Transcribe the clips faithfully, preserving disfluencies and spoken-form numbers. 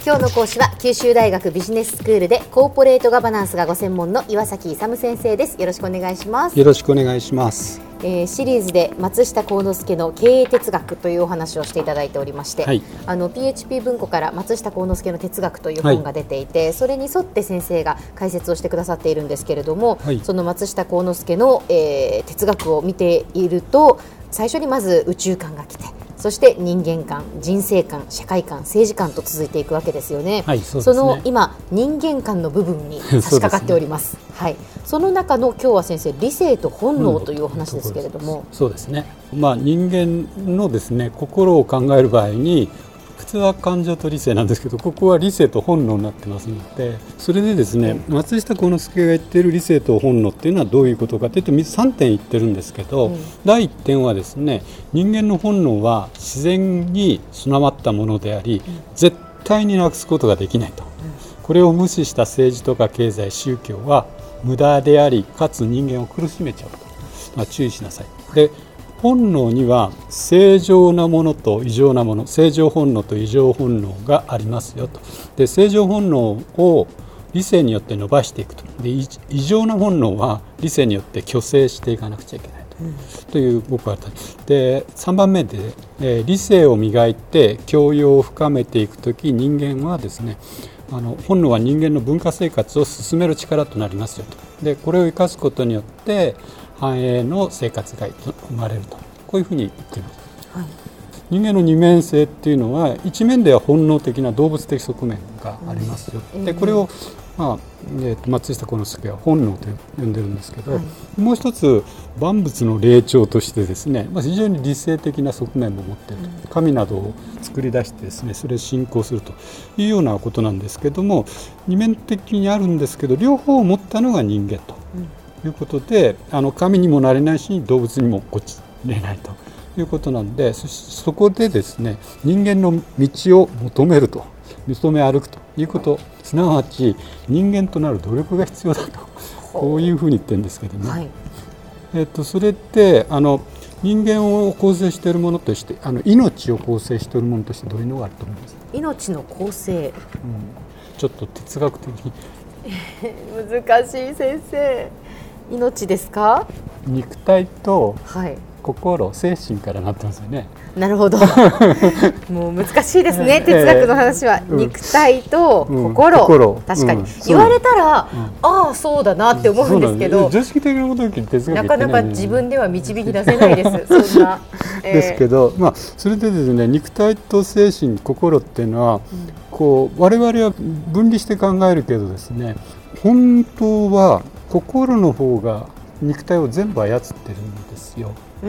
今日の講師は九州大学ビジネススクールでコーポレートガバナンスがご専門の岩崎勇先生です。よろしくお願いします。 よろしくお願いします。 えー、シリーズで松下幸之助の経営哲学というお話をしていただいておりまして、はい、あの ピーエイチピー 文庫から松下幸之助の哲学という本が出ていて、はい、それに沿って先生が解説をしてくださっているんですけれども、はい、その松下幸之助の、えー、哲学を見ていると、最初にまず宇宙観が来て、そして人間観、人生観、社会観、政治観と続いていくわけですよね。はい、そうですね。その今人間観の部分に差し掛かっております。そ, す、ね、はい、その中の今日は先生、理性と本能というお話ですけれども、 そうですね、まあ、人間のですね、心を考える場合に普通は感情と理性なんですけど、ここは理性と本能になってますので、それでですね、松下幸之助が言っている理性と本能っていうのはどういうことかというとさんてん言ってるんですけど、うん、だいいってんはですね、人間の本能は自然に備わったものであり、うん、絶対になくすことができないと、うん、これを無視した政治とか経済、宗教は無駄であり、かつ人間を苦しめちゃうと、まあ、注意しなさい。で、本能には正常なものと異常なもの、正常本能と異常本能がありますよと。で、正常本能を理性によって伸ばしていくと。で、異常な本能は理性によって虚勢していかなくちゃいけないと、うん、という僕はで、さんばんめで、えー、理性を磨いて教養を深めていくとき、人間はですね、あの本能は人間の文化生活を進める力となりますよと。で、これを生かすことによって繁栄の生活が生まれると、こういうふうに言っています。はい、人間の二面性っていうのは、一面では本能的な動物的側面がありますよ、うん、でこれを、まあえー、と松下幸之助は本能と呼んでるんですけど、はい、もう一つ万物の霊長としてですね、まあ、非常に理性的な側面も持っていると、うん、神などを作り出してですね、それを信仰するというようなことなんですけども、二面的にあるんですけど、両方を持ったのが人間と、うんということで、あの神にもなれないし動物にもこちれないということなんで、 そ, そこでですね、人間の道を求めると、求め歩くということ、すなわち人間となる努力が必要だと、こういうふうに言ってるんですけどね、はい、えー、とそれってあの人間を構成しているものとして、あの命を構成しているものとしてどういうのがあると思います？ 命の構成、うん、 ちょっと哲学的に難しい先生。命ですか？ 肉体と心、はい、精神からなってますよね。 なるほどもう難しいですね、哲学の話は、うん、肉体と心、うん、心、確かに、うん、言われたら、うん、ああそうだなって思うんですけど、 ね、常識的なことを哲学言ってない、 なかなか自分では導き出せないですそんな、 えー、ですけど、まあ、それでですね、肉体と精神、心っていうのは、うん、こう我々は分離して考えるけどですね、本当は心の方が肉体を全部操ってるんですよ。うん、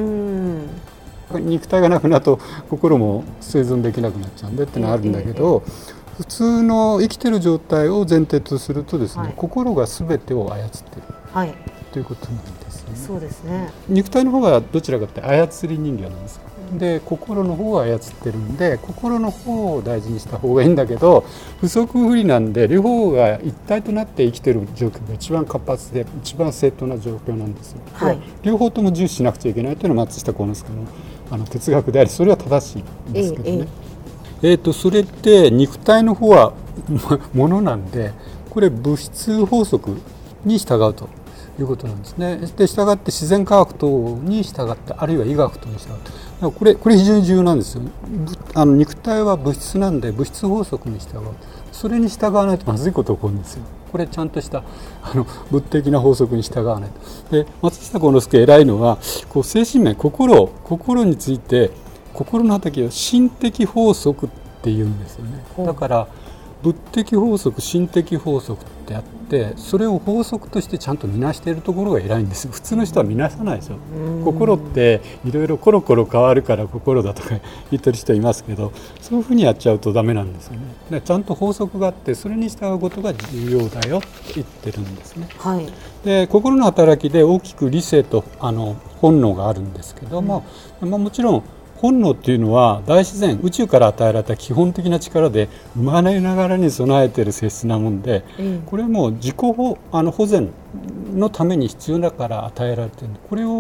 肉体がなくなると心も生存できなくなっちゃうんでってのはあるんだけど、えーえー、普通の生きてる状態を前提とするとですね、はい、心が全てを操ってる、はい、ということなんですね。 そうですね。 肉体の方がどちらかって操り人形なんです。で、心の方を操ってるんで、心の方を大事にした方がいいんだけど、不足不利なんで両方が一体となって生きてる状況が一番活発で一番正当な状況なんですよ、はい、両方とも重視しなくちゃいけないというのは松下幸之助の、あの哲学であり、それは正しいんですけどね、えーえー、とそれって肉体の方はものなんで、これ物質法則に従うということなんですね。で、従って自然科学等に従って、あるいは医学等に従って、これ、これ非常に重要なんですよ。あの肉体は物質なんで物質法則に従う、それに従わないとまずいことが起こるんですよ。これちゃんとしたあの物的な法則に従わないと。で、松下幸之助偉いのは、こう精神面、心心について、心の働きを心的法則っていうんですよね。だから物的法則、心的法則ってあって、それを法則としてちゃんと見なしているところが偉いんですよ。普通の人は見なさないですよ。心っていろいろコロコロ変わるから心だとか言ってる人いますけど、そういうふうにやっちゃうとダメなんですよね。で、ちゃんと法則があって、それに従うことが重要だよって言ってるんですね、はい、で、心の働きで大きく理性とあの本能があるんですけども、うん、まあ、もちろん本能っていうのは大自然、宇宙から与えられた基本的な力で生まれながらに備えている性質なもんで、うん、これも自己保、あの保全のために必要だから与えられている。これを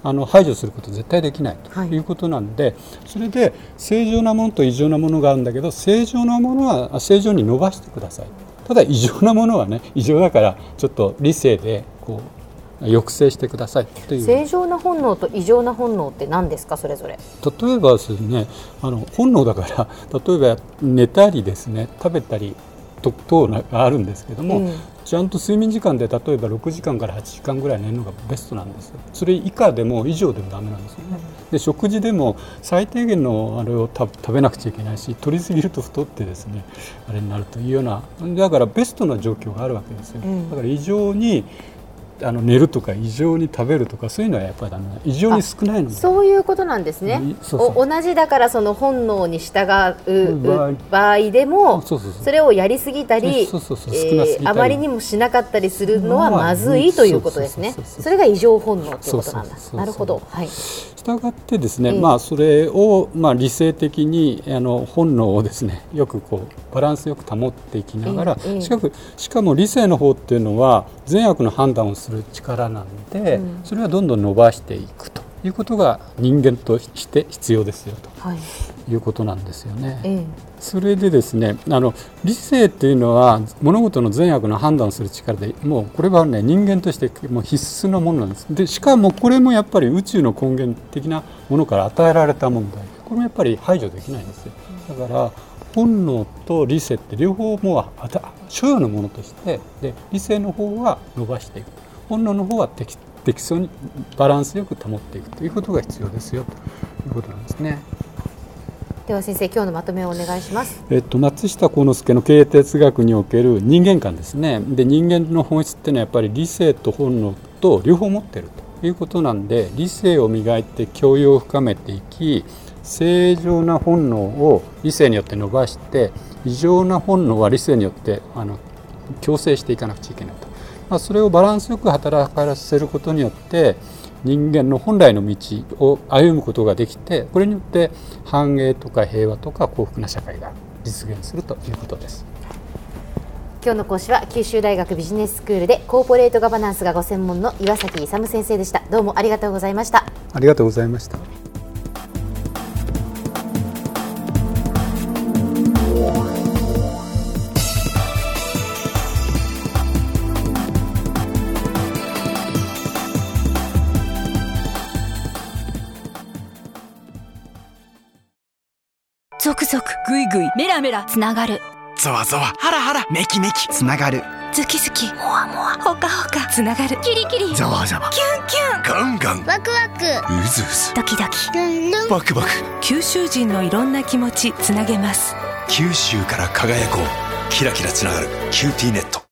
あの排除することは絶対できないということなんで、はい、それで正常なものと異常なものがあるんだけど、正常なものは正常に伸ばしてください。ただ異常なものはね、異常だからちょっと理性でこう抑制してくださいという。 正常な本能と異常な本能って何ですか、それぞれ。 例えばですね、あの本能だから例えば寝たりですね、食べたり等があるんですけども、うん、ちゃんと睡眠時間で例えばろくじかんからはちじかんぐらい寝るのがベストなんですよ。それ以下でも以上でもダメなんですよね。で食事でも最低限のあれを食べなくちゃいけないし、取りすぎると太ってですねあれになるというような、だからベストな状況があるわけですよ。だから異常にあの寝るとか異常に食べるとかそういうのはやっぱり異常に少ないので。 そういうことなんですね。そうそう、同じだからその本能に従う場合でもそれをやりすぎたりあまりにもしなかったりするのはまずいということですね。それが異常本能ということなんだ。なるほど。はい。 したがってですね、えーまあ、それをまあ理性的にあの本能をですねよくこうバランスよく保っていきながら、えーえー、しかくしかも理性の方っていうのは善悪の判断をする力なんで、うん、それはどんどん伸ばしていくということが人間として必要ですよと、はい、いうことなんですよね。えー、それでですね、あの理性っていうのは物事の善悪の判断をする力で、もうこれはね人間としてもう必須のものなんです。でしかもこれもやっぱり宇宙の根源的なものから与えられた問題、これもやっぱり排除できないんですよ。だから本能と理性って両方もう所有のものとして、で理性の方は伸ばしていく、本能の方は適適当にバランスよく保っていくということが必要ですよということなんですね。 では先生、今日のまとめをお願いします。 えっと、松下幸之助の経営哲学における人間観ですね。で人間の本質っていうのはやっぱり理性と本能と両方持っているということなんで、理性を磨いて教養を深めていき、正常な本能を理性によって伸ばして、異常な本能は理性によってあの強制していかなくちゃいけないと、まあ、それをバランスよく働かせることによって人間の本来の道を歩むことができて、これによって繁栄とか平和とか幸福な社会が実現するということです。 今日の講師は九州大学ビジネススクールでコーポレートガバナンスがご専門の岩崎勇先生でした。どうもありがとうございました。 ありがとうございました。 ゾクゾクグイグイメラメラつながる、 ゾワゾワハラハラメキメキつながる、 ズキズキモワモワホカホカつながる、キリキリザワザワキュンキュンガンガンワクワクウズウズドキドキルンルンバクバク、 九州人のいろんな気持ちつなげます。 九州から輝こう、キラキラつながるキューティーネット。